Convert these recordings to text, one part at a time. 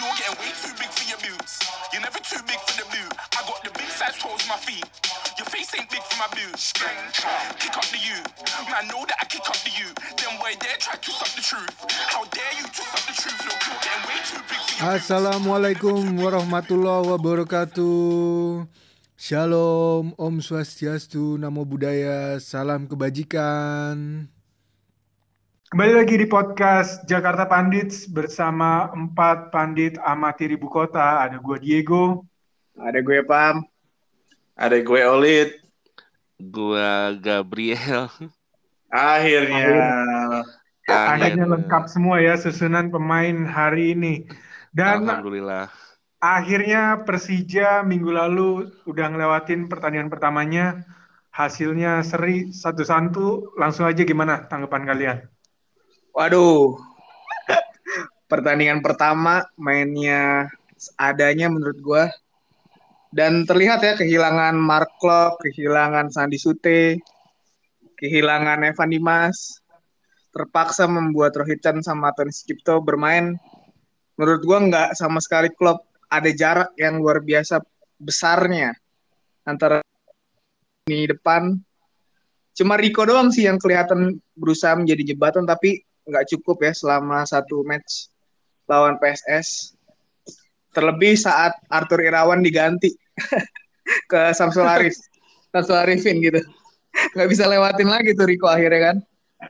you're getting way too big for your boots. You're never too big for the boot. I got the big size toes on my feet. Your face ain't big for my boots. Kick up the you. Man, know that I kick up the you. Them boy dare try to suck the truth. How dare you to suck the truth? Look, you're getting way too big for your boots. Assalamualaikum warahmatullahi wabarakatuh. Shalom, Om Swastiastu, Namo Buddhaya, salam kebajikan. Kembali lagi di podcast Jakarta Pandits bersama 4 pandit amati ribu kota. Ada gue Diego, ada gue Pam, ada gue Olid, gue Gabriel. Akhirnya lengkap semua ya susunan pemain hari ini. Dan alhamdulillah. Akhirnya Persija minggu lalu udah ngelewatin pertandingan pertamanya. Hasilnya seri 1-1. Langsung aja gimana tanggapan kalian? Waduh, pertandingan pertama mainnya adanya menurut gue. Dan terlihat ya kehilangan Mark Klok, kehilangan Sandi Sute, kehilangan Evan Dimas. Terpaksa membuat Rohit Chan sama Tony Sucipto bermain. Menurut gue nggak sama sekali klop. Ada jarak yang luar biasa besarnya antara ini depan. Cuma Rico doang sih yang kelihatan berusaha menjadi jembatan, tapi nggak cukup ya selama satu match lawan PSS. Terlebih saat Arthur Irawan diganti ke Samsul Arifin gitu. Nggak bisa lewatin lagi tuh Rico akhirnya kan.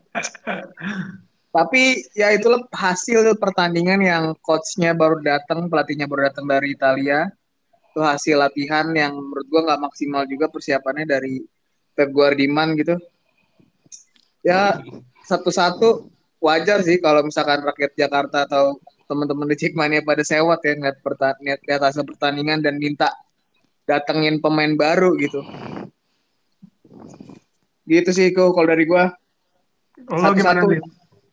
Tapi ya itulah hasil pertandingan yang coachnya baru datang, pelatihnya baru datang dari Italia. Itu hasil latihan yang menurut gua nggak maksimal juga persiapannya dari Pep Guardiola gitu. Ya 1-1 wajar sih kalau misalkan rakyat Jakarta atau teman-teman di Cikmania pada sewot ya lihat hasil pertandingan dan minta datengin pemain baru gitu. Gitu sih kalau dari gua. Lo gimana nih?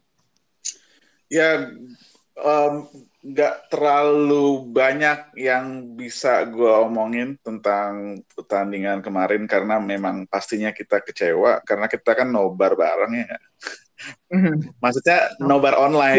Ya, nggak terlalu banyak yang bisa gue omongin tentang pertandingan kemarin karena memang pastinya kita kecewa karena kita kan nobar bareng ya. Maksudnya nobar online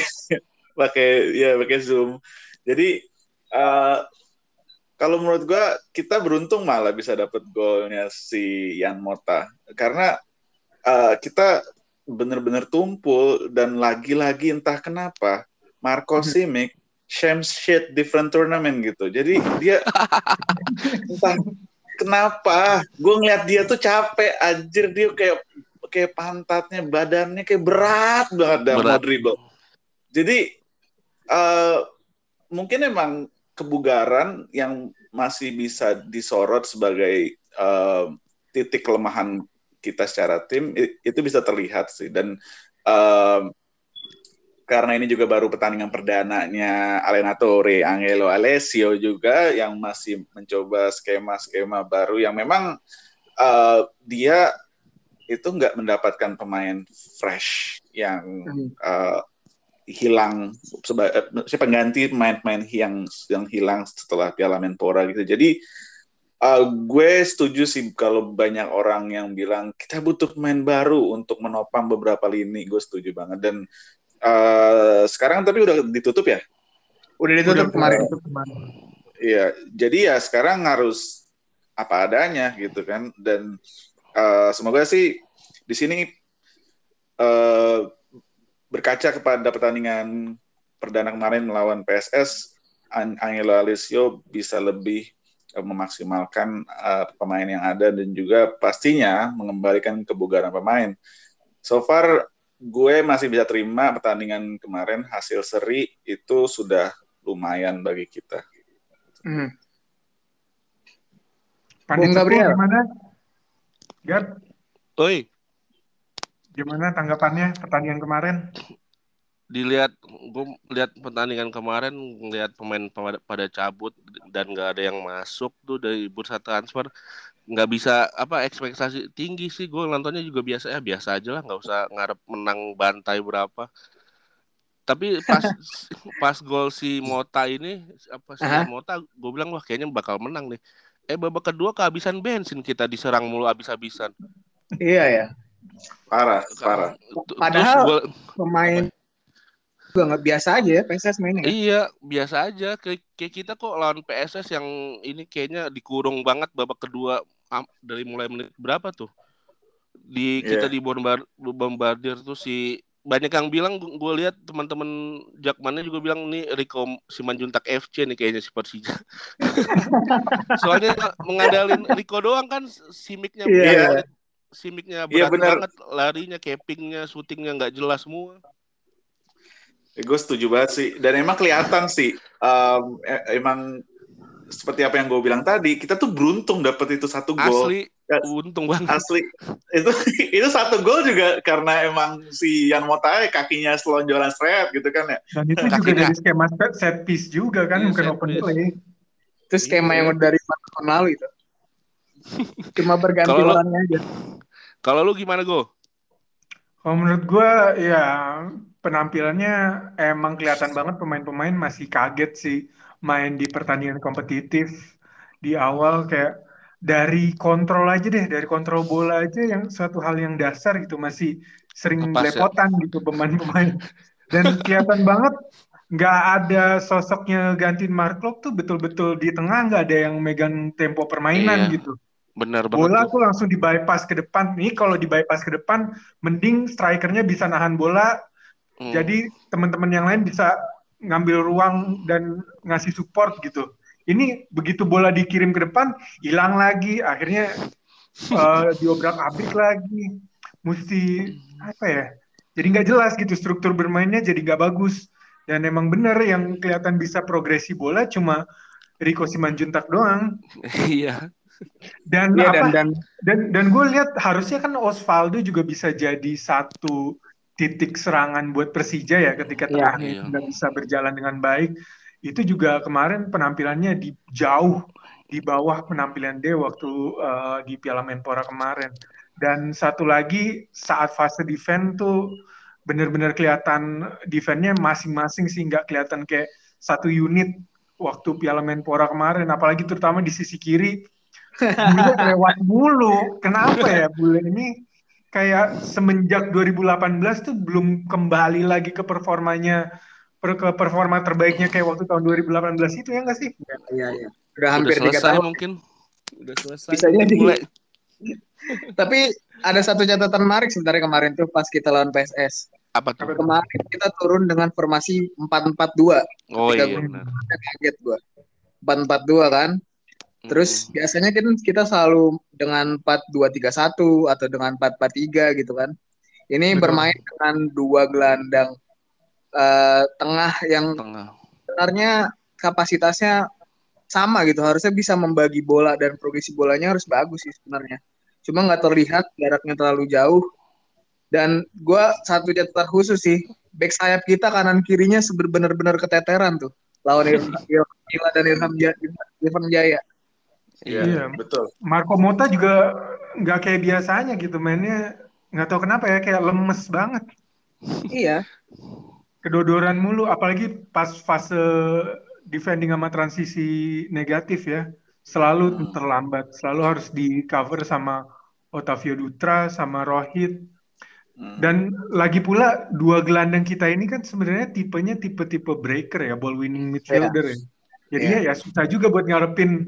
pakai Zoom. Jadi kalau menurut gue kita beruntung malah bisa dapet golnya si Yan Mota karena kita bener-bener tumpul dan lagi-lagi entah kenapa Marco Simic shame shit different tournament gitu. Jadi dia entah kenapa gue ngeliat dia tuh capek anjir, dia kayak pantatnya badannya kayak berat banget dan mau dribble. Jadi mungkin emang kebugaran yang masih bisa disorot sebagai titik kelemahan kita secara tim itu bisa terlihat sih, dan karena ini juga baru pertandingan perdananya Allenatore, Angelo Alessio juga yang masih mencoba skema-skema baru yang memang dia itu nggak mendapatkan pemain fresh yang hilang pengganti pemain-pemain yang hilang setelah Piala Menpora gitu. Jadi gue setuju sih kalau banyak orang yang bilang kita butuh pemain baru untuk menopang beberapa lini. Gue setuju banget. Dan sekarang tapi udah ditutup ya? Udah ditutup kemarin. Iya, jadi ya sekarang harus apa adanya gitu kan. Dan semoga sih di sini berkaca kepada pertandingan perdana kemarin melawan PSS, Angelo Alessio bisa lebih memaksimalkan pemain yang ada dan juga pastinya mengembalikan kebugaran pemain. So far gue masih bisa terima pertandingan kemarin, hasil seri itu sudah lumayan bagi kita. Pandit Gabriel gimana? Gap? Oi. Gimana tanggapannya pertandingan kemarin? Gue lihat pertandingan kemarin, ngelihat pemain pada cabut dan nggak ada yang masuk tuh dari bursa transfer, nggak bisa ekspektasi tinggi sih. Gue nontonnya juga biasa aja lah, nggak usah ngarep menang bantai berapa. Tapi pas gol si Mota ini Mota, gue bilang wah kayaknya bakal menang nih. Babak kedua kehabisan bensin, kita diserang mulu habis-habisan. Iya ya. Parah. Padahal pemain Juga nggak biasa aja ya PSS mainnya. Iya, biasa aja. Kayak kita kok lawan PSS yang ini kayaknya dikurung banget babak kedua dari mulai menit berapa tuh? Kita Iya. di bombardir tuh banyak yang bilang, gue lihat teman-teman Jakmannya juga bilang nih Rico Simanjuntak FC nih kayaknya si Persija. Soalnya mengandalin Rico doang kan, simiknya Iya. simiknya Iya, berat benar. banget, larinya, cappingnya, syutingnya nggak jelas semua. Gue setuju banget sih. Dan emang kelihatan sih, emang seperti apa yang gue bilang tadi, kita tuh beruntung dapet itu 1 gol. Asli, untung banget. Asli. Itu 1 gol juga karena emang si Yan Motae kakinya selonjoran seret gitu kan ya. Dan itu juga dari skema set piece juga kan, Iya, bukan set open piece. play. Itu skema yang dari tahun lalu itu. Cuma berganti orangnya aja. Kalau lu gimana, Go? Kalau menurut gue ya penampilannya emang kelihatan banget pemain-pemain masih kaget sih main di pertandingan kompetitif di awal, kayak dari kontrol aja deh, dari kontrol bola aja yang suatu hal yang dasar gitu masih sering Lepas ya. belepotan gitu pemain-pemain. Dan kelihatan banget nggak ada sosoknya gantiin Mark Klok tuh, betul-betul di tengah nggak ada yang megang tempo permainan Iya, gitu. benar banget Bola tuh. tuh langsung di bypass ke depan. Nih kalau di bypass ke depan, mending strikernya bisa nahan bola. Jadi teman-teman yang lain bisa ngambil ruang dan ngasih support gitu. Ini begitu bola dikirim ke depan, hilang lagi. Akhirnya diobrak-abrik lagi. Mesti apa ya? Jadi nggak jelas gitu, struktur bermainnya jadi nggak bagus. Dan emang bener yang kelihatan bisa progresi bola cuma Rico Simanjuntak doang. Iya. Dan Iya, apa? dan Dan gue lihat harusnya kan Osvaldo juga bisa jadi satu titik serangan buat Persija ya ketika tengahnya itu nggak bisa berjalan dengan baik. Itu juga kemarin penampilannya jauh di bawah penampilan dia waktu di Piala Menpora kemarin. Dan satu lagi saat fase defense tuh benar-benar kelihatan defense-nya masing-masing sih, nggak kelihatan kayak satu unit waktu Piala Menpora kemarin, apalagi terutama di sisi kiri. Bule lewat mulu. Kenapa ya Bule ini kayak semenjak 2018 tuh belum kembali lagi ke performanya, ke performa terbaiknya kayak waktu tahun 2018 itu, ya nggak sih? iya. Udah hampir 3 selesai tahun. mungkin. Udah selesai. Bisa jadi. Mulai. Tapi ada satu catatan menarik sebenarnya kemarin tuh pas kita lawan PSS. Apa tuh? Kemarin kita turun dengan formasi 4-4-2. Oh Ketika iya, gue benar. kaget gue. 4-4-2 kan. Terus biasanya kan kita selalu dengan 4-2-3-1 atau dengan 4-4-3 gitu kan. Ini Betul. bermain dengan 2 gelandang tengah yang sebenarnya kapasitasnya sama gitu. Harusnya bisa membagi bola dan progresi bolanya harus bagus sih sebenarnya. Cuma nggak terlihat, jaraknya terlalu jauh. Dan gue satu catatan khusus sih, back sayap kita kanan kirinya benar-benar keteteran tuh lawan Irfan dan Irfan Jaya. Iya, betul. Marco Motta juga nggak kayak biasanya gitu mainnya, nggak tahu kenapa ya, kayak lemes banget. Iya. Kedodoran mulu, apalagi pas fase defending sama transisi negatif ya, selalu terlambat, selalu harus di cover sama Otavio Dutra sama Rohit. Dan lagi pula 2 gelandang kita ini kan sebenarnya tipenya tipe-tipe breaker ya, ball winning midfielder ya. Jadi ya susah juga buat ngarepin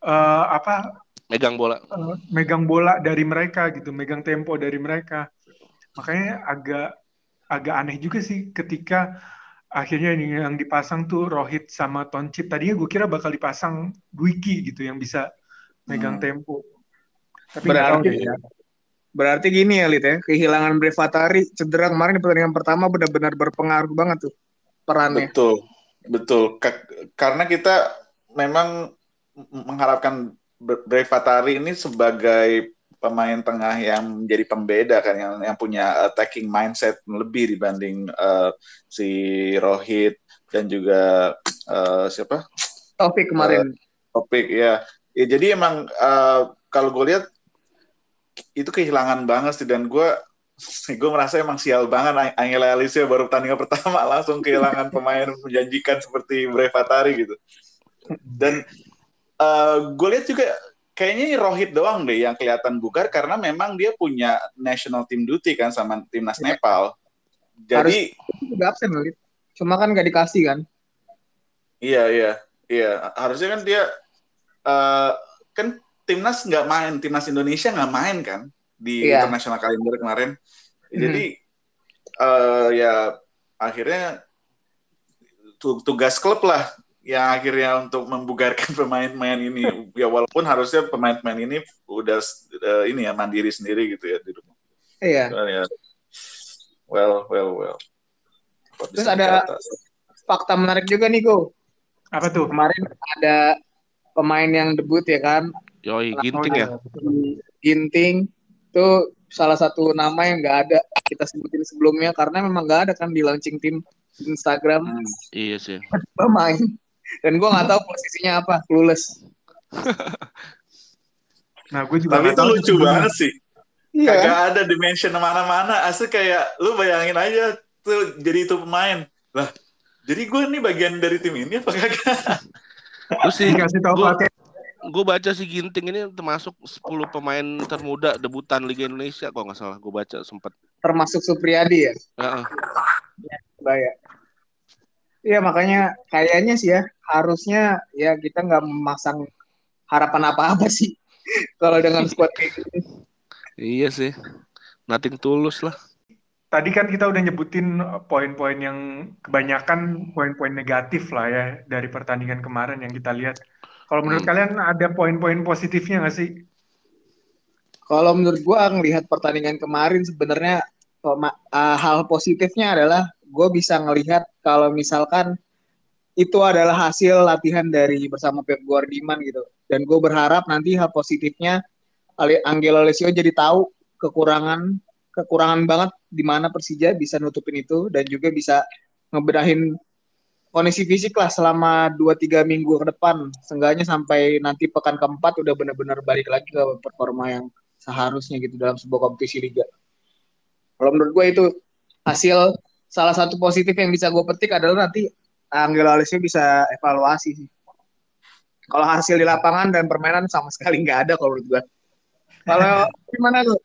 megang bola dari mereka gitu, megang tempo dari mereka. Makanya agak aneh juga sih ketika akhirnya yang dipasang tuh Rohit sama Toncip. Tadinya gue kira bakal dipasang Dwiki gitu yang bisa megang tempo. Tapi nggak tahu deh ya. Berarti gini ya, Lid ya, kehilangan Brevatari cedera kemarin di pertandingan pertama benar-benar berpengaruh banget tuh perannya. Betul. Karena kita memang mengharapkan Brevatari ini sebagai pemain tengah yang menjadi pembeda kan, yang punya attacking mindset lebih dibanding si Rohit dan juga siapa? Taufik kemarin. Taufik ya. Jadi emang kalau gue lihat itu kehilangan banget sih, dan gue merasa emang sial banget Angel Alicia baru pertandingan pertama langsung kehilangan pemain menjanjikan seperti Brevatari gitu. Dan gue lihat juga kayaknya Rohit doang deh yang kelihatan bugar karena memang dia punya national team duty kan sama timnas Nepal. Jadi juga absen, Lid. cuma kan nggak dikasih kan. Iya. Harusnya kan dia kan timnas Indonesia nggak main kan di international calendar kemarin. Jadi ya akhirnya tugas klub lah yang akhirnya untuk membugarkan pemain-pemain ini. Ya walaupun harusnya pemain-pemain ini udah ini ya mandiri sendiri gitu ya di rumah. Iya. Ya, well. Terus ada fakta menarik juga nih, Go. Apa tuh? Kemarin ada pemain yang debut ya kan. Yoi, Ginting ya. Ginting itu salah satu nama yang nggak ada kita sebutin sebelumnya karena memang nggak ada kan di launching tim Instagram. Iya sih. Pemain. Dan gue nggak tahu posisinya apa, clueless. Nah, gue juga. Tapi itu lucu banget sih. Iya. Kagak ada dimension mana-mana. Asli kayak lu bayangin aja tuh jadi itu pemain. Lah, jadi gue nih bagian dari tim ini apa kagak? Terus sih Dikasih tahu pelatih. Gue baca si Ginting ini termasuk 10 pemain termuda debutan Liga Indonesia kalau nggak salah. Gue baca sempat. Termasuk Supriyadi ya? Iya makanya kayaknya sih ya harusnya ya kita nggak memasang harapan apa-apa sih kalau dengan squad kayak gini. Iya sih, nothing tulus lah. Tadi kan kita udah nyebutin poin-poin yang kebanyakan poin-poin negatif lah ya dari pertandingan kemarin yang kita lihat. Kalau menurut kalian ada poin-poin positifnya nggak sih? Kalau menurut gua ngelihat pertandingan kemarin sebenarnya hal positifnya adalah gue bisa ngelihat kalau misalkan itu adalah hasil latihan dari bersama Pep Guardiola gitu. Dan gue berharap nanti hal positifnya Angelo Alessio jadi tahu kekurangan banget di mana Persija bisa nutupin itu dan juga bisa ngebedahin kondisi fisik lah selama 2-3 minggu ke depan. Seenggaknya sampai nanti pekan keempat udah benar-benar balik lagi ke performa yang seharusnya gitu dalam sebuah kompetisi liga. Kalau menurut gue itu hasil salah satu positif yang bisa gue petik adalah nanti Angelo Alessio bisa evaluasi sih. Kalau hasil di lapangan dan permainan sama sekali nggak ada kalau menurut gue. Kalau gimana lu?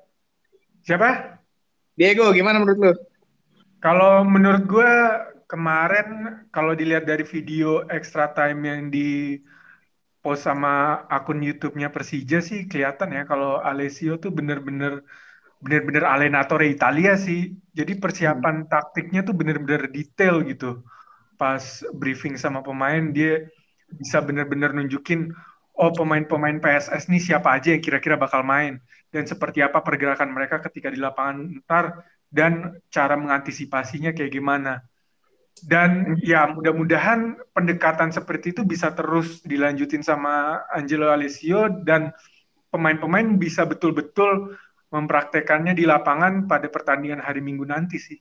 Siapa? Diego, gimana menurut lu? Kalau menurut gue kemarin kalau dilihat dari video extra time yang di post sama akun YouTube-nya Persija sih kelihatan ya kalau Alessio tuh bener-bener allenatore Italia sih. Jadi persiapan taktiknya tuh bener-bener detail gitu. Pas briefing sama pemain dia bisa bener-bener nunjukin pemain-pemain PSS nih siapa aja yang kira-kira bakal main dan seperti apa pergerakan mereka ketika di lapangan ntar dan cara mengantisipasinya kayak gimana. Dan ya mudah-mudahan pendekatan seperti itu bisa terus dilanjutin sama Angelo Alessio dan pemain-pemain bisa betul-betul mempraktekannya di lapangan pada pertandingan hari Minggu nanti sih.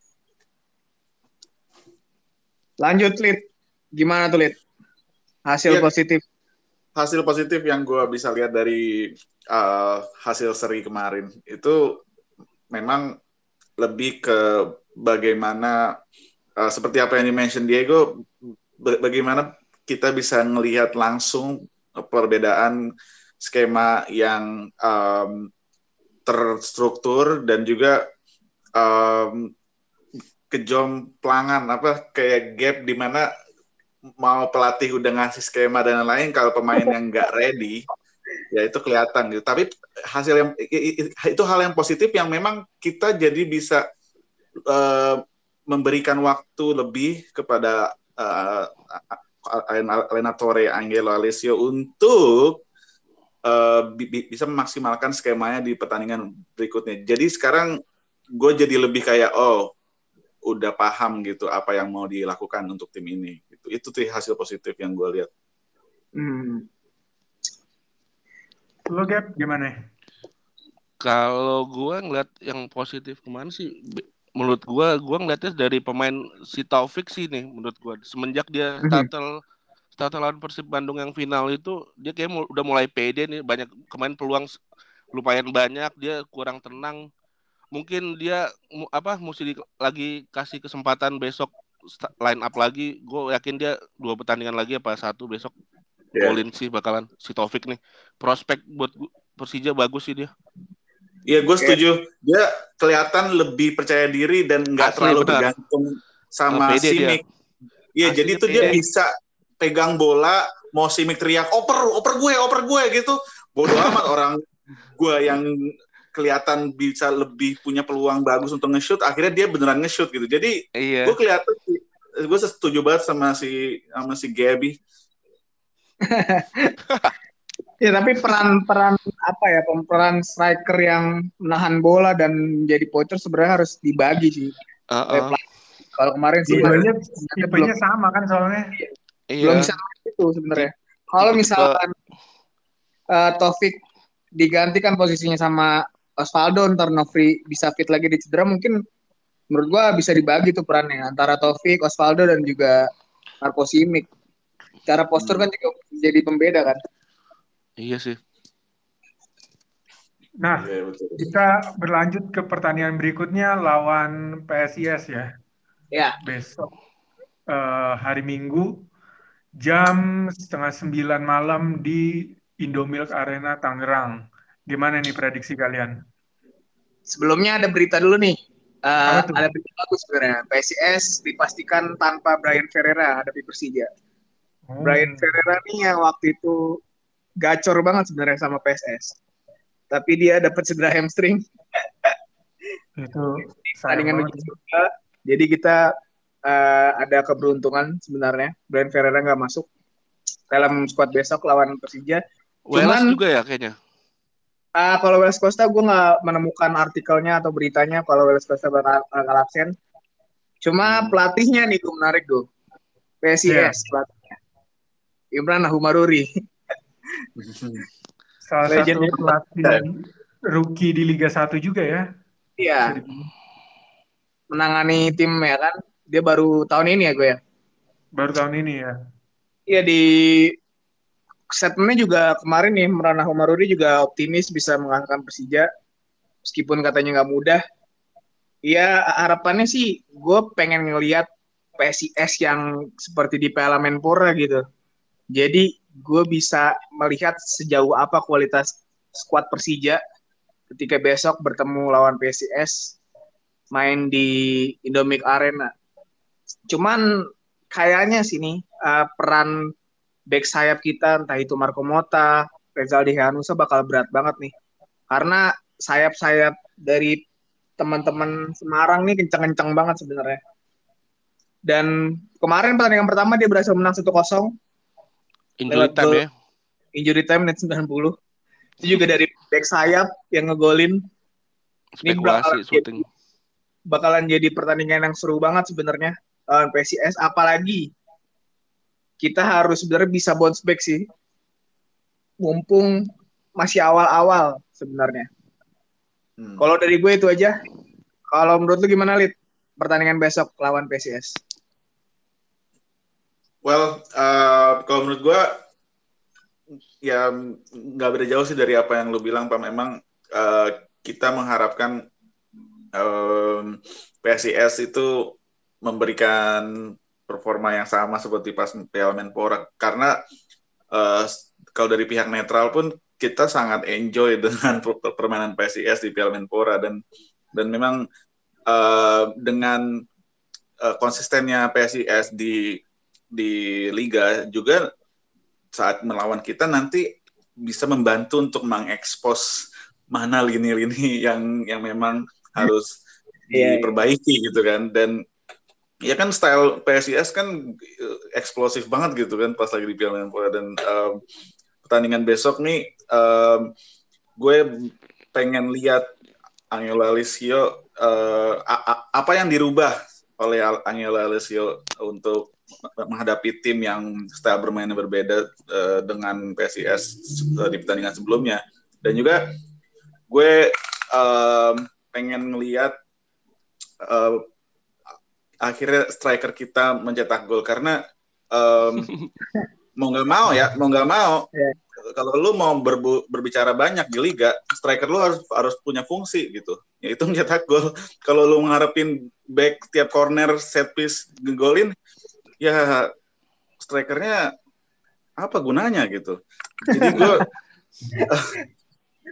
Lanjut, Lid. Gimana tuh, Lid? Hasil positif. Hasil positif yang gue bisa lihat dari hasil seri kemarin itu memang lebih ke bagaimana seperti apa yang di-mention Diego, bagaimana kita bisa melihat langsung perbedaan skema yang terstruktur dan juga kejomplangan kayak gap di mana mau pelatih udah ngasih skema dan lain-lain kalau pemain yang nggak ready ya itu kelihatan gitu. Tapi hasil yang itu hal yang positif yang memang kita jadi bisa memberikan waktu lebih kepada allenatore Angelo Alessio untuk bisa memaksimalkan skemanya di pertandingan berikutnya. Jadi sekarang gue jadi lebih kayak udah paham gitu apa yang mau dilakukan untuk tim ini. Itu tuh hasil positif yang gue lihat. Lo Gap gimana? Kalau gue ngeliat yang positif kemana sih? Menurut gue ngeliatnya dari pemain si Taufik sih nih. Menurut gue semenjak dia start lawan Persib Bandung yang final itu dia kayak udah mulai pede nih. Banyak kemarin peluang lumayan banyak. Dia kurang tenang. Mungkin dia mesti lagi kasih kesempatan besok line up lagi. Gue yakin dia 2 pertandingan lagi apa 1 besok golin sih bakalan si Taufik nih. Prospek buat Persija bagus sih dia. Iya, gue setuju. Dia kelihatan lebih percaya diri dan nggak terlalu bergantung sama Simic. Iya, jadi tuh dia bisa pegang bola, mau Simic teriak oper gue gitu. Bodoh amat orang gue yang kelihatan bisa lebih punya peluang bagus untuk nge-shoot, akhirnya dia beneran nge-shoot gitu. Jadi gue kelihatan, gue setuju banget sama si Gaby. Ya tapi peran apa ya, peran striker yang menahan bola dan jadi poacher sebenarnya harus dibagi sih. Kalau kemarin sih tipenya sama kan soalnya. Belum bisa itu sebenarnya. Kalau misalkan Taufik digantikan posisinya sama Osvaldo, ntar Nofri bisa fit lagi di cedera, mungkin menurut gua bisa dibagi tuh perannya antara Taufik, Osvaldo dan juga Marco Simic. Cara postur kan juga jadi pembeda kan. Iya sih. Nah, kita berlanjut ke pertandingan berikutnya lawan PSIS ya. Ya. Besok hari Minggu jam 8:30 malam di Indomilk Arena Tangerang. Gimana nih prediksi kalian? Sebelumnya ada berita dulu nih. Ada berita bagus sebenarnya. PSIS dipastikan tanpa Brian Ferreira hadapi Persija. Brian Ferreira nih yang waktu itu gacor banget sebenarnya sama PSS. Tapi dia dapat cedera hamstring. Itu pertandingan juga. Jadi kita ada keberuntungan sebenarnya. Brian Ferreira nggak masuk dalam squad besok lawan Persija. Welas juga ya kayaknya. Kalau Welas Costa gue nggak menemukan artikelnya atau beritanya kalau Welas Costa bakal absen. Cuma pelatihnya nih gue menarik tuh. PSIS pelatihnya. Imran Nahumaruri. Salah satu pelatih rookie di Liga 1 juga ya. Iya. Menangani tim ya kan. Dia baru tahun ini ya gue ya. Baru tahun ini ya. Iya, di statementnya juga kemarin nih Imran Nahumaruri juga optimis bisa mengalahkan Persija. Meskipun katanya nggak mudah. Iya, harapannya sih gue pengen ngelihat PSIS yang seperti di Piala Menpora gitu. Jadi gue bisa melihat sejauh apa kualitas skuad Persija ketika besok bertemu lawan PSIS main di Indomilk Arena. Cuman kayaknya sini peran back sayap kita entah itu Marco Motta, Rezaldi Hehanusa bakal berat banget nih. Karena sayap-sayap dari teman-teman Semarang nih kenceng-kenceng banget sebenarnya. Dan kemarin pertandingan pertama dia berhasil menang 1-0. Injury time ya. Injury time menit 90. Itu juga dari back sayap yang ngegolin. Ini bakalan jadi pertandingan yang seru banget sebenarnya lawan PSIS. Apalagi kita harus sebenarnya bisa bounce back sih. Mumpung masih awal-awal sebenarnya. Kalau dari gue itu aja. Kalau menurut lu gimana, Lid? Pertandingan besok lawan PSIS. Well, kalau menurut gue ya nggak beda jauh sih dari apa yang lu bilang, Pak. Memang kita mengharapkan PSIS itu memberikan performa yang sama seperti pas Piala Menpora. Karena kalau dari pihak netral pun kita sangat enjoy dengan permainan PSIS di Piala Menpora dan memang dengan konsistennya PSIS di liga juga saat melawan kita nanti bisa membantu untuk mengekspos mana lini-lini yang memang harus diperbaiki gitu kan. Dan ya kan style PSIS kan eksplosif banget gitu kan pas lagi di Piala Menpora. Dan pertandingan besok nih gue pengen lihat Angelo Alessio apa yang dirubah oleh Angelo Alessio untuk menghadapi tim yang style bermainnya berbeda dengan PSIS di pertandingan sebelumnya. Dan juga gue pengen ngelihat akhirnya striker kita mencetak gol karena mau nggak mau kalau lu mau berbicara banyak di liga, striker lu harus punya fungsi gitu, yaitu mencetak gol. Kalau lu mengharapin back tiap corner set piece ngegolin, ya strikernya apa gunanya gitu.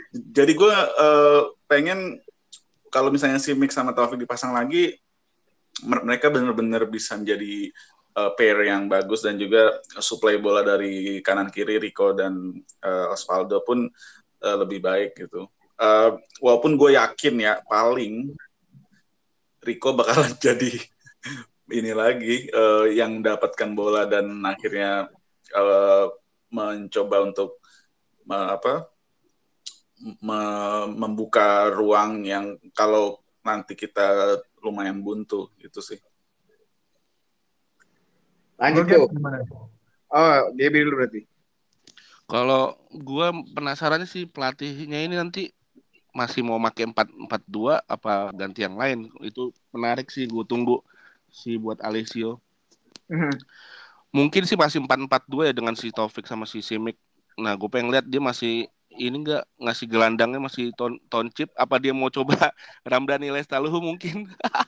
Jadi gue pengen kalau misalnya Simic sama Taufik dipasang lagi, mereka benar-benar bisa menjadi pair yang bagus, dan juga suplai bola dari kanan kiri Rico dan Osvaldo pun lebih baik gitu. Walaupun gue yakin ya paling Rico bakalan jadi ini lagi yang mendapatkan bola dan akhirnya mencoba untuk membuka ruang yang kalau nanti kita lumayan buntu gitu sih. Lanjut tuh. Oh, Gaby dulu berarti. Kalau gue penasarannya sih pelatihnya ini nanti masih mau pakai 4-4-2 apa ganti yang lain. Itu menarik sih, gue tunggu sih buat Alessio. Mungkin sih masih 4-4-2 ya dengan si Taufik sama si Simic. Nah, gue pengen lihat dia masih ini nggak ngasih gelandangnya masih Toncip, apa dia mau coba Ramdhani Lestaluhu mungkin.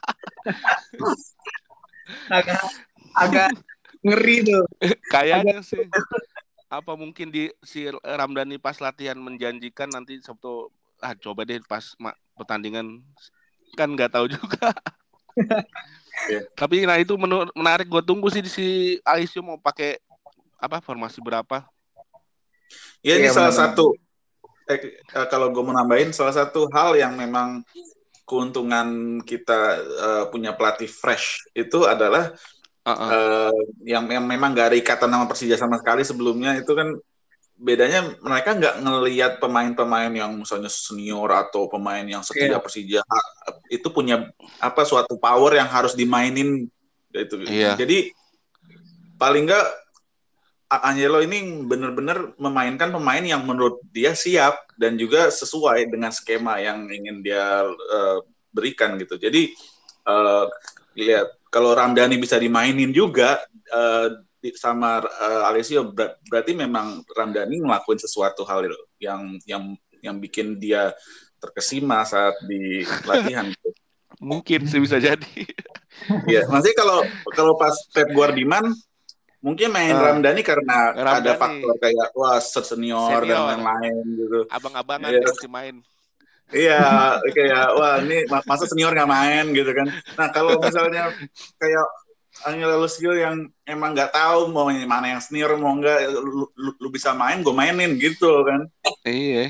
agak ngeri tuh. Kayaknya sih. Apa mungkin si Ramdhani pas latihan menjanjikan, nanti Sabtu coba deh pas pertandingan, kan nggak tahu juga. Tapi nah itu menarik, gue tunggu sih si Alessio mau pakai apa formasi berapa. Ya ini salah satu kalau gue mau nambahin, salah satu hal yang memang keuntungan kita punya pelatih fresh itu adalah yang memang gak ada ikatan sama Persija sama sekali sebelumnya. Itu kan bedanya, mereka nggak ngelihat pemain-pemain yang misalnya senior atau pemain yang setia Persija itu punya suatu power yang harus dimainin gitu. Jadi paling nggak Angelo ini benar-benar memainkan pemain yang menurut dia siap dan juga sesuai dengan skema yang ingin dia berikan gitu. Jadi lihat, kalau Ramdhani bisa dimainin juga sama Alessio, berarti memang Ramdhani ngelakuin sesuatu hal yang bikin dia terkesima saat di latihan. Mungkin sih bisa jadi. Ya, masih kalau pas Pep Guardiola mungkin main Ramdhani karena ada faktor kayak senior dan lain-lain gitu. Abang-abangan yang mesti main. Iya, kayak ini masa senior nggak main gitu kan. Nah, kalau misalnya kayak Angelo Lucio yang emang nggak tahu mau mana yang senior mau nggak, lu bisa main, gue mainin gitu kan. Iya.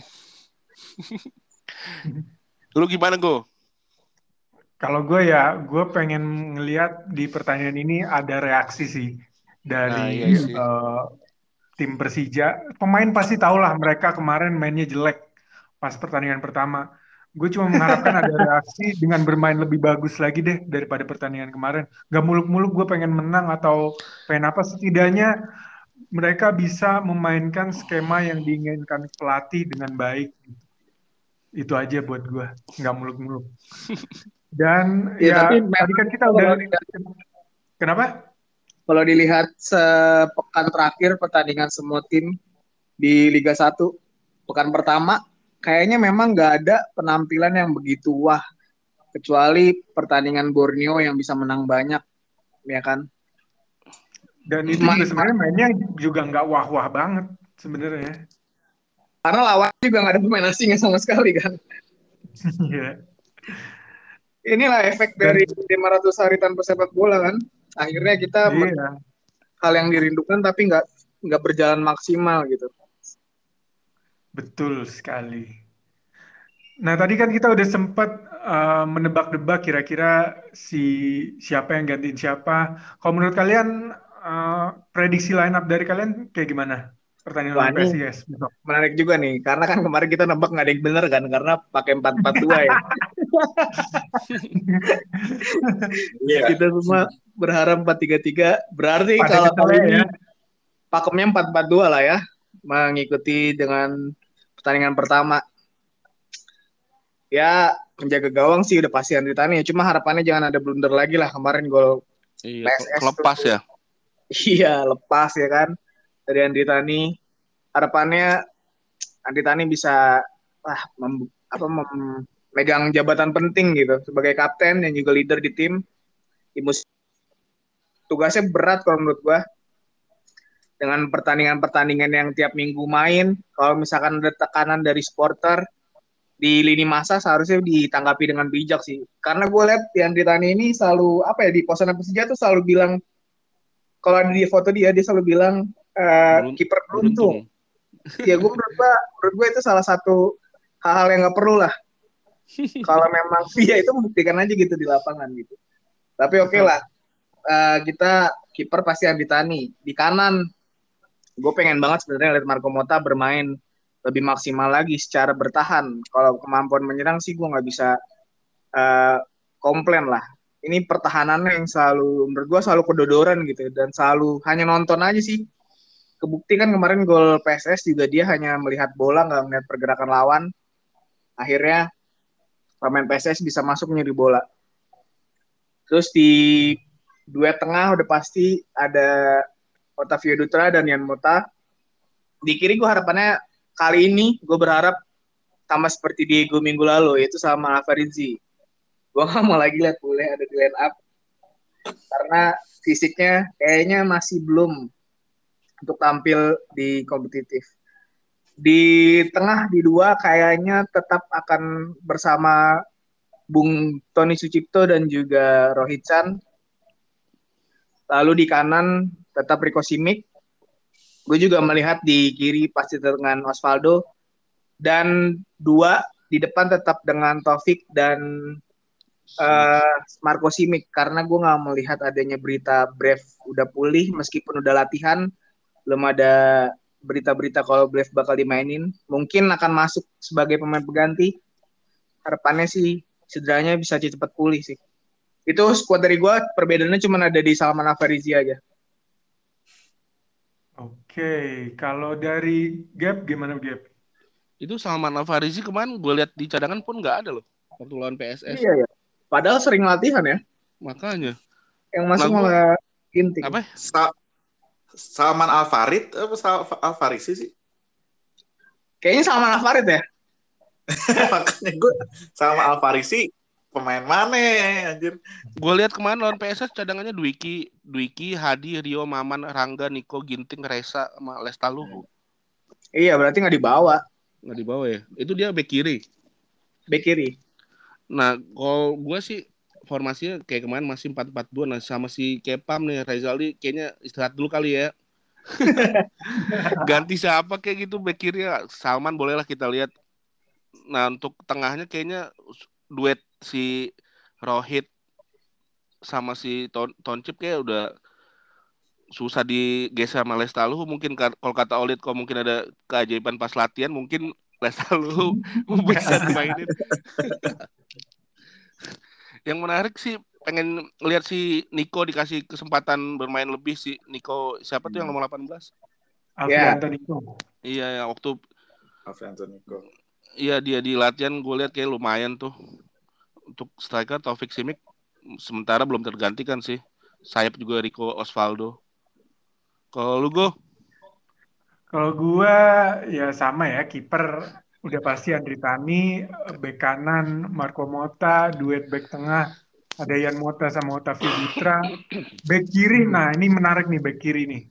Lu gimana, Go? Kalau gue pengen ngelihat di pertandingan ini ada reaksi sih dari tim Persija. Pemain pasti tahu lah mereka kemarin mainnya jelek pas pertandingan pertama. Gue cuma mengharapkan ada reaksi dengan bermain lebih bagus lagi deh daripada pertandingan kemarin. Gak muluk-muluk gue pengen menang atau pengen apa, setidaknya mereka bisa memainkan skema yang diinginkan pelatih dengan baik. Itu aja buat gue, gak muluk-muluk. Dan tapi tadi kan kita udah... Kenapa? Kalau dilihat sepekan terakhir pertandingan semua tim di Liga 1, pekan pertama kayaknya memang nggak ada penampilan yang begitu wah, kecuali pertandingan Borneo yang bisa menang banyak, ya kan? Dan itu juga sebenarnya mainnya juga nggak wah-wah banget sebenarnya. Karena lawan juga nggak ada pemain asing sama sekali kan. Iya. Inilah efek dari 500 hari tanpa sepak bola kan. Akhirnya kita hal yang dirindukan tapi nggak berjalan maksimal gitu. Betul sekali. Nah, tadi kan kita udah sempat menebak-nebak kira-kira siapa yang gantiin siapa. Kalau menurut kalian prediksi line up dari kalian kayak gimana? Pertandingan lawan PSIS. Menarik juga nih, karena kan kemarin kita nebak nggak ada yang bener kan, karena pakai 4-4-2 ya. Kita semua berharap 4-3-3. Berarti kalau kali ini pakemnya 4-4-2 lah ya, mengikuti dengan pertandingan pertama. Ya, penjaga gawang sih udah pasti Andri Tani ya. Cuma harapannya jangan ada blunder lagi lah, kemarin gol PSS lepas ya. Iya, lepas ya kan dari Andri Tani. Harapannya Andri Tani bisa megang jabatan penting gitu sebagai kapten dan juga leader di tim. Tugasnya berat kalau menurut gua. Dengan pertandingan-pertandingan yang tiap minggu main, kalau misalkan ada tekanan dari supporter, di lini masa seharusnya ditanggapi dengan bijak sih. Karena gue lihat Yandri Tani ini selalu apa ya di postingan Persija tuh selalu bilang kalau ada di foto dia selalu bilang kiper beruntung. Ya menurut gue itu salah satu hal-hal yang nggak perlu lah. Kalau memang dia itu membuktikan aja gitu di lapangan gitu. Tapi oke lah, kita kiper pasti Yandri Tani. Di kanan, gue pengen banget sebenarnya lihat Marco Motta bermain lebih maksimal lagi secara bertahan. Kalau kemampuan menyerang sih gue nggak bisa komplain lah. Ini pertahanannya yang selalu menurut gue selalu kedodoran gitu dan selalu hanya nonton aja sih. Kebukti kan kemarin gol PSS juga dia hanya melihat bola nggak melihat pergerakan lawan. Akhirnya pemain PSS bisa masuk nyeri bola. Terus di duet tengah udah pasti ada Otavio Dutra dan Yan Mota. Di kiri gue harapannya kali ini gue berharap sama seperti Diego minggu lalu, yaitu sama Alvarizzi. Gue gak mau lagi lihat boleh ada di line up karena fisiknya kayaknya masih belum untuk tampil di kompetitif. Di tengah di dua kayaknya tetap akan bersama Bung Tony Sucipto dan juga Rohit Chan. Lalu di kanan tetap Rico Simic. Gue juga melihat di kiri pasti dengan Osvaldo. Dan dua di depan tetap dengan Taufik dan Marco Simic. Karena gue gak melihat adanya berita Brave udah pulih meskipun udah latihan. Belum ada berita-berita kalau Brave bakal dimainin. Mungkin akan masuk sebagai pemain pengganti. Harapannya sih cederanya bisa cepat pulih sih. Itu squad dari gue, perbedaannya cuma ada di Salman Alvarizzi aja. Oke, kalau dari Gap gimana Gap? Itu Salman Alvarizzi kemarin gue lihat di cadangan pun nggak ada loh waktu lawan PSS. Iya ya. Padahal sering latihan ya. Makanya. Yang masuk malah Ginting. Apa? Salman Alvarid apa Alvarizzi sih? Kayaknya Salman Alvarid ya. Makanya gue sama Alvarizzi pemain mana anjir. Gue lihat kemarin lawan PSS cadangannya Dwiki, Hadi, Rio, Maman, Rangga, Niko, Ginting, Reza, sama Lestaluhu. Iya, berarti nggak dibawa. Nggak dibawa ya? Itu dia bek kiri. Bek kiri. Nah, kalau gue sih formasinya kayak kemarin masih 4-4-2. Nah, sama si Kepam nih, Rizaldi kayaknya istirahat dulu kali ya. Ganti siapa kayak gitu bek kiri ya? Salman bolehlah kita lihat. Nah, untuk tengahnya kayaknya duet si Rohit sama si Toncip kayak udah susah digeser sama Lestaluhu. Mungkin kalau kata Olit kok mungkin ada keajaiban pas latihan, mungkin Lestaluhu bisa dimainin. Yang menarik sih pengen lihat si Niko dikasih kesempatan bermain lebih sih. Niko siapa tuh yang nomor 18? Alfianto Niko. Iya, yang waktu Alfianto Niko. Iya, dia di latihan gue lihat kayak lumayan tuh. Untuk striker Taufik Simic sementara belum tergantikan sih. Sayap juga Rico Osvaldo. Kalau lu Go? Kalau gue ya sama ya, kiper udah pasti Andri Tani, bek kanan Marco Motta, duet bek tengah ada Yan Mota sama Otavio Dutra. Bek kiri, nah ini menarik nih bek kiri nih.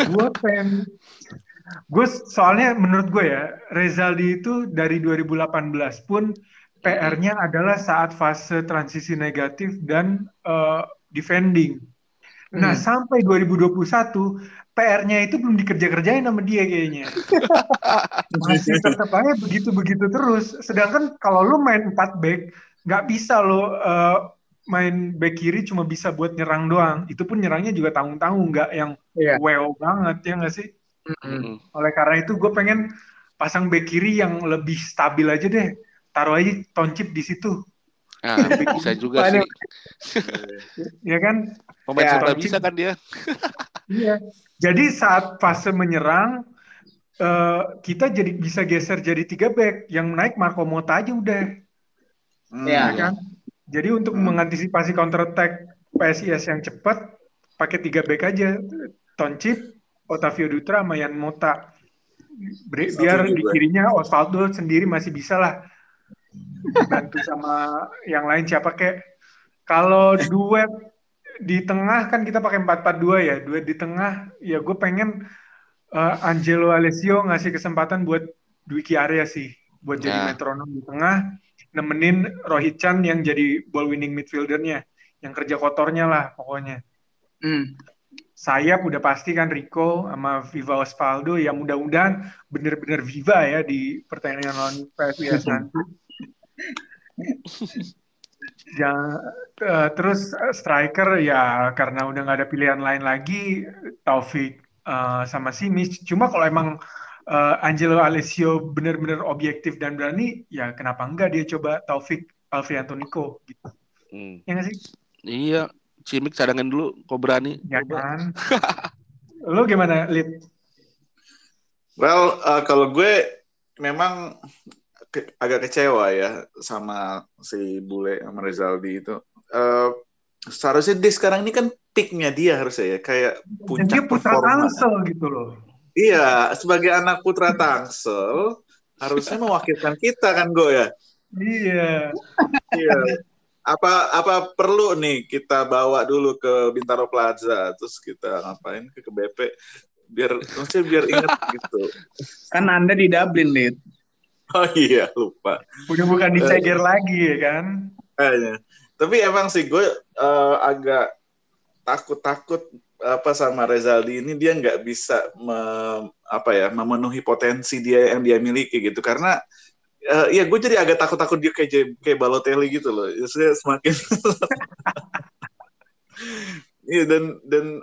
Gue soalnya menurut gue ya, Rezaldi itu dari 2018 pun PR-nya adalah saat fase transisi negatif dan defending. Nah, sampai 2021 PR-nya itu belum dikerja-kerjain sama dia kayaknya. Masih tetap aja begitu-begitu terus. Sedangkan kalau lu main 4 back, nggak bisa lo main back kiri cuma bisa buat nyerang doang. Itu pun nyerangnya juga tanggung-tanggung, nggak yang wow banget, ya nggak sih? Oleh karena itu gue pengen pasang back kiri yang lebih stabil aja deh. Taruh aja Toncip di situ. Nah, bisa juga sih. Ya kan? Pemain sudah bisa kan dia. Iya. Jadi saat fase menyerang kita jadi bisa geser jadi 3 back. Yang naik Marco Motta aja udah. Ya kan? Jadi untuk mengantisipasi counter attack PSIS yang cepat pakai 3 back aja. Toncip, Otavio Dutra, sama Yan Mota. Biar di kirinya Osvaldo sendiri masih bisa lah bantu sama yang lain siapa kek. Kalau duet di tengah kan kita pakai 4-4-2 ya. Duet di tengah ya gue pengen Angelo Alessio ngasih kesempatan buat Dwiki Arya sih. buat jadi metronom di tengah, nemenin Rohit Chan yang jadi ball winning midfieldernya, yang kerja kotornya lah pokoknya. Sayap udah pasti kan Rico sama Viva Osvaldo, ya mudah-mudahan bener-bener Viva ya di pertandingan lawan PSIS nanti. Ya, terus striker ya karena udah nggak ada pilihan lain lagi, Taufik sama Simic. Cuma kalau emang Angelo Alessio benar-benar objektif dan berani, ya kenapa enggak dia coba Taufik Alfrianto Nico gitu. Ya nggak sih? Iya, Simic cadangan dulu, kok berani. Ya kan? Lo gimana, Lid? Well, kalau gue memang agak kecewa ya sama si Bule sama Rezaldi itu. Seharusnya dia sekarang ini kan peaknya dia harusnya ya, kayak puncak dia putra performa. Tangsel gitu loh. Iya, sebagai anak putra Tangsel harusnya mewakilkan kita kan Go ya. Iya. Iya. Apa perlu nih kita bawa dulu ke Bintaro Plaza, terus kita ngapain ke BP biar inget gitu. Kan Anda di Dublin, Lid. Oh iya, lupa. Udah bukan di Ceger lagi ya kan? Tapi emang sih gue agak takut sama Rezaldi ini, dia nggak bisa memenuhi potensi dia yang dia miliki gitu, karena ya gue jadi agak takut dia kayak Balotelli gitu loh. Saya semakin iya, dan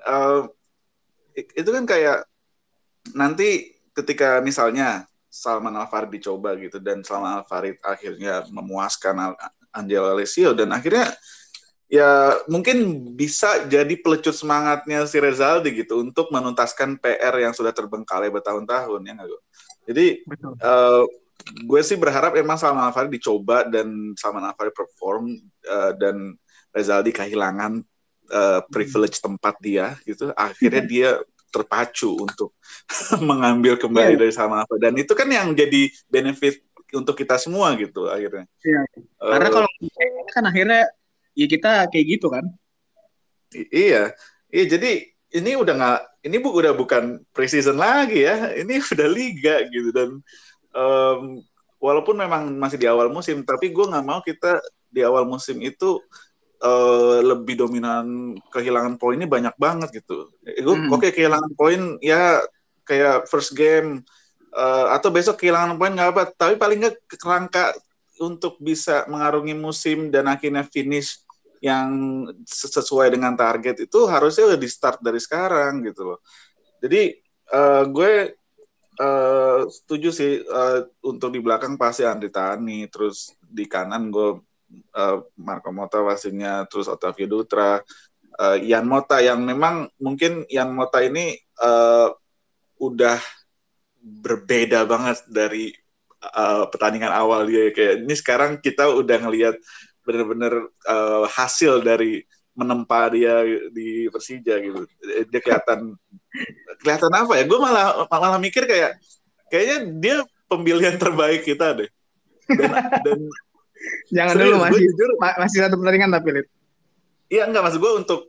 itu kan kayak nanti ketika misalnya Salman Al-Farid dicoba gitu dan Salman Al-Farid akhirnya memuaskan Angelo Alessio dan akhirnya ya mungkin bisa jadi pelecut semangatnya si Rezaldi gitu untuk menuntaskan PR yang sudah terbengkalai bertahun-tahun ya nggak? Jadi gue sih berharap emang Salman Al-Farid dicoba dan Salman Al-Farid perform dan Rezaldi kehilangan privilege tempat dia gitu, akhirnya dia terpacu untuk mengambil kembali dari Salman Al-Farid, dan itu kan yang jadi benefit untuk kita semua gitu akhirnya. Karena kalau kan akhirnya ya kita kayak gitu kan. Iya, jadi ini udah bukan pre-season lagi ya, ini udah liga gitu, dan walaupun memang masih di awal musim, tapi gue nggak mau kita di awal musim itu lebih dominan, kehilangan poinnya banyak banget gitu. Oke, kehilangan poin ya kayak first game atau besok kehilangan poin nggak apa, tapi paling nggak kerangka untuk bisa mengarungi musim dan akhirnya finish yang sesuai dengan target itu harusnya udah di start dari sekarang gitu loh. Jadi gue setuju sih untuk di belakang pasti Andri Tani, terus di kanan gue Marco Motta pastinya, terus Otavio Dutra, Ian Motta, yang memang mungkin Ian Motta ini udah berbeda banget dari pertandingan awal dia, kayak ini sekarang kita udah ngelihat bener-bener hasil dari menempa dia di Persija gitu. Dia kelihatan apa ya? Gue malah mikir kayaknya dia pemilihan terbaik kita deh. Dan jangan dulu, masih satu pertandingan tapi Lid. Iya, enggak, maksud gue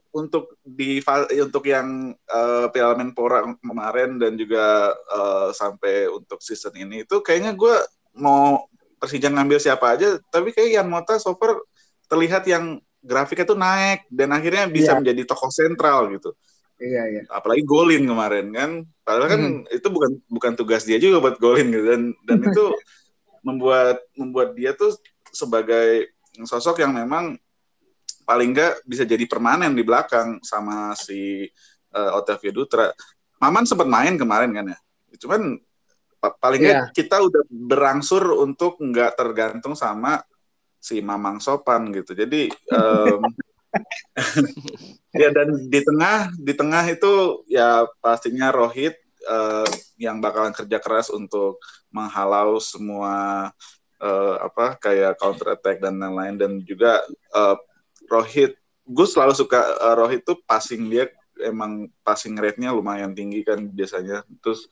untuk yang Piala Menpora kemarin dan juga sampai untuk season ini itu kayaknya gue mau Persija ngambil siapa aja, tapi kayak Ian Motta so far terlihat yang grafiknya tuh naik dan akhirnya bisa menjadi tokoh sentral gitu. Iya. Apalagi golin kemarin kan, padahal kan itu bukan tugas dia juga buat golin gitu, dan itu membuat dia tuh sebagai sosok yang memang paling nggak bisa jadi permanen di belakang sama si Otavio Dutra. Maman sempat main kemarin kan ya, cuman paling nggak kita udah berangsur untuk nggak tergantung sama si Mamang Sopan gitu. Jadi ya, dan di tengah itu ya pastinya Rohit yang bakalan kerja keras untuk menghalau semua kayak counter attack dan lain-lain, dan juga Rohit, gue selalu suka Rohit tuh passing dia emang passing rate-nya lumayan tinggi kan biasanya. Terus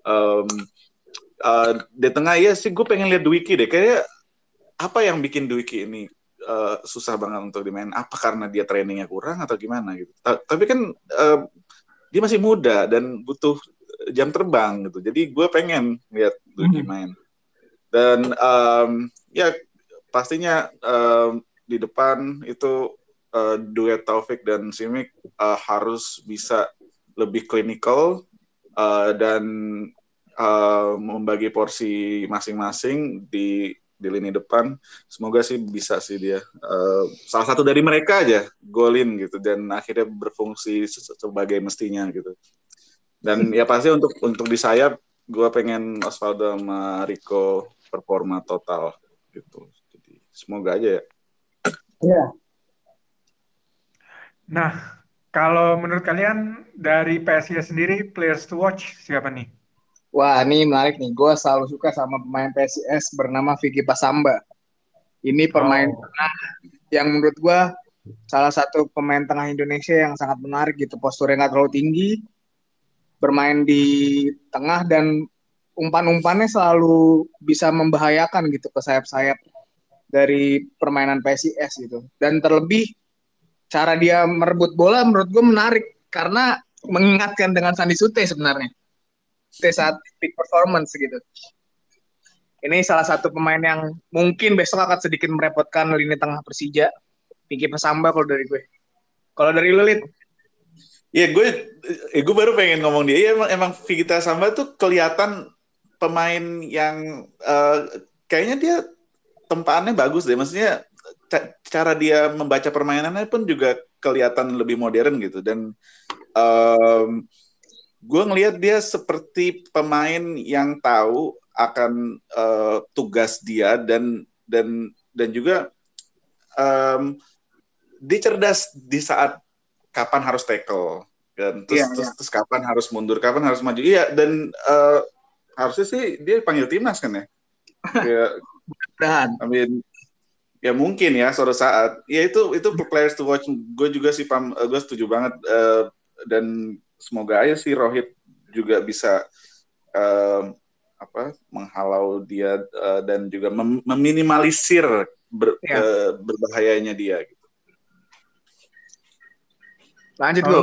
di tengah ya sih gue pengen lihat Dwiki deh, kayak apa yang bikin Dwiki ini susah banget untuk dimain, apa karena dia trainingnya kurang atau gimana gitu. Tapi kan dia masih muda dan butuh jam terbang gitu, jadi gue pengen lihat Dwiki main. Dan ya pastinya di depan itu duet Taufik dan Simic harus bisa lebih klinikal dan membagi porsi masing-masing di lini depan. Semoga sih bisa sih dia salah satu dari mereka aja golin gitu dan akhirnya berfungsi sebagai mestinya gitu. Dan ya pasti untuk di sayap gue pengen Osvaldo sama Rico performa total gitu. Jadi semoga aja ya. Iya. Nah, kalau menurut kalian dari PSIS sendiri players to watch siapa nih? Wah, ini menarik nih. Gue selalu suka sama pemain PSIS bernama Vicky Pasamba. Ini pemain tengah yang menurut gue salah satu pemain tengah Indonesia yang sangat menarik gitu. Posturnya nggak terlalu tinggi, bermain di tengah dan umpan-umpannya selalu bisa membahayakan gitu ke sayap-sayap dari permainan PSIS gitu. Dan terlebih cara dia merebut bola menurut gue menarik karena mengingatkan dengan Sandi Sute sebenarnya. Saat peak performance gitu. Ini salah satu pemain yang mungkin besok akan sedikit merepotkan lini tengah Persija. Vicky Pasamba kalau dari gue. Kalau dari lu, Lid? Iya, gue baru pengen ngomong dia. Iya, emang Vicky Pasamba tuh kelihatan pemain yang kayaknya dia tempaannya bagus deh. Maksudnya cara dia membaca permainannya pun juga kelihatan lebih modern gitu. Dan gue ngelihat dia seperti pemain yang tahu akan tugas dia dan juga dia cerdas di saat kapan harus tackle kan, terus kapan harus mundur, kapan harus maju. Iya, dan harusnya sih dia panggil timnas kan ya. I mean, ya mungkin ya suatu saat. Ya itu players to watch. Gue juga sih gue setuju banget dan semoga aja sih Rohit juga bisa menghalau dia dan juga meminimalisir berbahayanya dia gitu. Lanjut gue.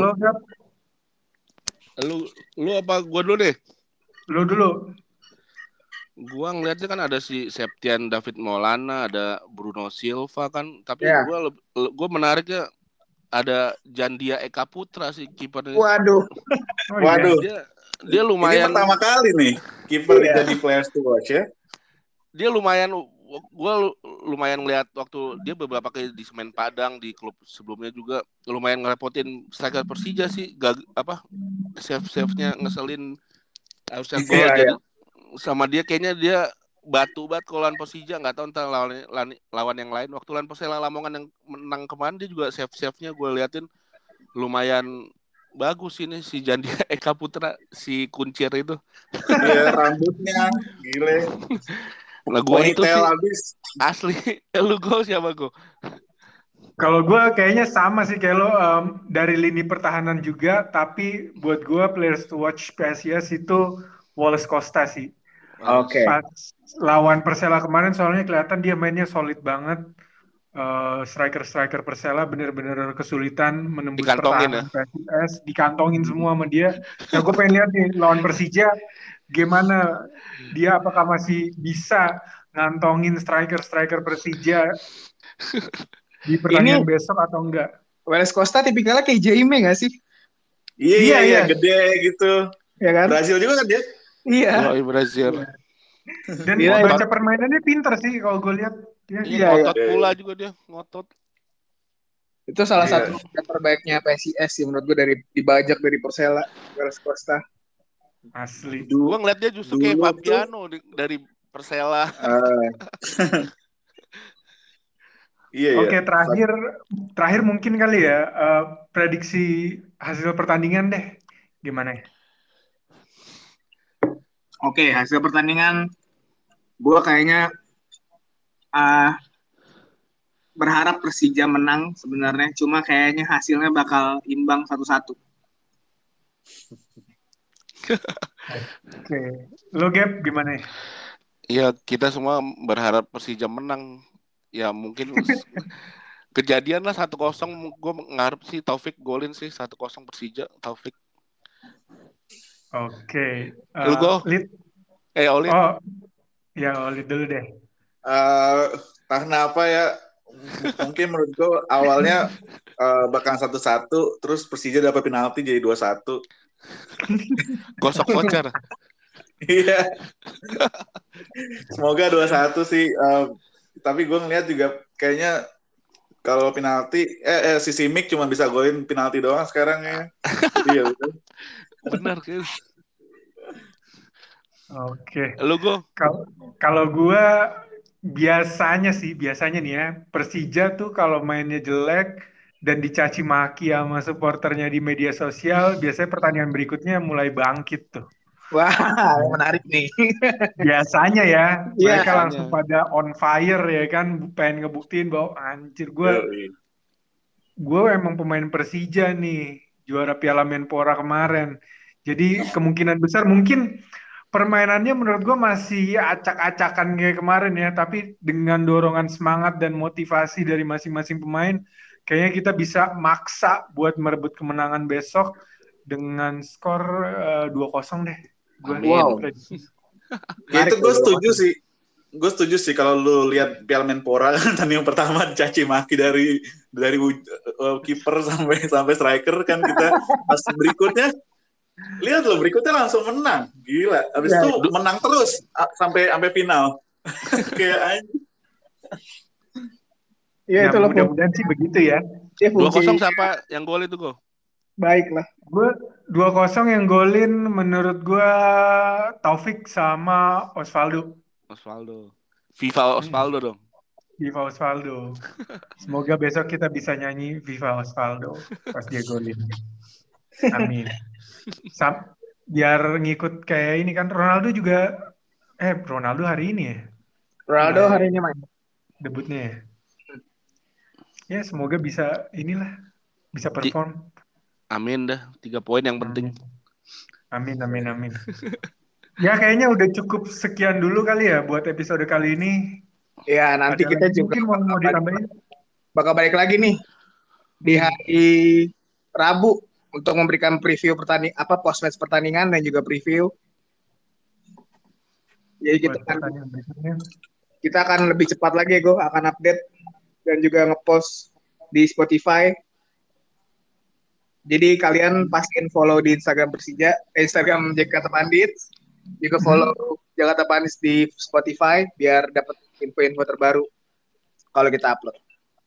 Lu apa gua dulu deh? Lu dulu. Gua ngeliatnya kan ada si Septian David Maulana, ada Bruno Silva kan, tapi gua menariknya ada Jandia Eka Putra si kipernya. Waduh. Dia lumayan. Ini pertama kali nih kiper jadi players to watch ya. Dia lumayan, gue lumayan ngeliat waktu dia beberapa kali di Semen Padang, di klub sebelumnya juga lumayan ngerepotin striker Persija sih, save-nya ngeselin, harusnya gol. Jadi sama dia kayaknya dia batu banget kalau lawan Persija, nggak tahu entar lawan yang lain. Waktu lawan Persela Lamongan yang menang kemarin dia juga save-nya gue liatin lumayan bagus ini si Jandia Eka Putra, si kuncir itu. Iya, rambutnya gile. Nah gue itu sih abis. Asli. Lu gue siapa gue? Kalau gue kayaknya sama sih kayak lo, dari lini pertahanan juga, tapi buat gue players to watch PSIS itu Wallace Costa sih. Oke. Pas lawan Persela kemarin soalnya kelihatan dia mainnya solid banget. Striker Persela bener-bener kesulitan menembus pertahanan PSIS, dikantongin semua sama dia. Nah gue pengen lihat nih lawan Persija gimana dia, apakah masih bisa ngantongin striker Persija di pertandingan besok atau enggak. Wallace Costa tipikalnya kayak Jaime gak sih? Iya, gede gitu. Ya kan? Brazil juga kan dia? Iya. Brazil. Dan baca permainannya pinter sih kalau gue lihat. Ngotot pula juga dia, ngotot. Itu salah satu terbaiknya PSIS sih menurut gue, dari dibajak dari Persela, Wallace Costa. Asli. Gue ngeliat dia justru kayak Fabiano dari Persela. Oke, terakhir mungkin kali ya, prediksi hasil pertandingan deh, gimana ya? Oke, hasil pertandingan gue kayaknya berharap Persija menang sebenarnya, cuma kayaknya hasilnya bakal imbang 1-1. Oke, lo Gap gimana ya? Ya kita semua berharap Persija menang. Ya mungkin kejadian lah 1-0. Gue ngarep sih Taufik golin sih 1-0 Persija, Taufik. Oke. Lu go? Olin. Ya, Olid dulu deh. Karena apa ya? Mungkin menurut gue awalnya bakal 1-1, terus Persija dapat penalti jadi 2-1. Gosok voucher. Iya. Semoga 2-1 sih. Tapi gue ngeliat juga kayaknya kalau penalti, si Simic cuma bisa golin penalti doang sekarang ya. Jadi ya udah. Benar kan? Oke. Lu go. Kalau gue biasanya nih ya, Persija tuh kalau mainnya jelek dan dicaci maki sama supporternya di media sosial, biasanya pertandingan berikutnya mulai bangkit tuh. Wah, menarik nih. Biasanya ya, Iya. mereka langsung pada on fire ya kan, pengen ngebuktiin bahwa anjir gue emang pemain Persija nih, juara Piala Menpora kemarin. Jadi kemungkinan besar mungkin permainannya menurut gue masih acak-acakan kayak kemarin ya, tapi dengan dorongan semangat dan motivasi dari masing-masing pemain, kayaknya kita bisa maksa buat merebut kemenangan besok dengan skor 2-0 deh. Wow. Ya itu gue setuju sih kalau lu lihat Piala Menpora kan tanding yang pertama dicaci maki dari kiper sampai striker kan, kita pas berikutnya lihat lo berikutnya langsung menang, gila. Habis itu menang terus sampai final. Kayak anjing. Ya, itu mudah-mudahan sih begitu ya. 2-0 siapa yang gol itu, Go? Baiklah. Gue 2-0 yang golin menurut gue Taufik sama Osvaldo. Viva Osvaldo dong. Viva Osvaldo. Semoga besok kita bisa nyanyi Viva Osvaldo pas dia golin. Amin. Biar ngikut kayak ini kan, Ronaldo hari ini ya? Ronaldo hari ini main. Debutnya ya? Ya semoga bisa bisa perform. Amin dah, 3 poin yang penting. Amin. Ya kayaknya udah cukup sekian dulu kali ya buat episode kali ini. Ya nanti kita juga mau ditambahin. Bakal balik lagi nih di hari Rabu untuk memberikan preview post-match pertandingan dan juga preview. Jadi kita akan lebih cepat lagi Go, akan update dan juga ngepost di Spotify. Jadi kalian pastiin follow di Instagram Persija, Instagram Jakarta Pandits, juga follow Jakarta Pandits di Spotify biar dapat info-info terbaru kalau kita upload.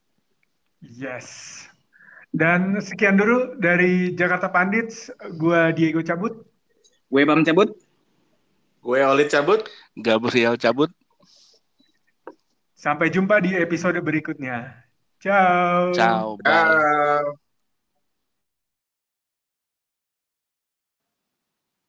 Yes. Dan sekian dulu dari Jakarta Pandits. Gue Diego cabut. Gue Bam cabut. Gue Olid cabut. Gabriel cabut. Sampai jumpa di episode berikutnya. Ciao. Ciao. Bye.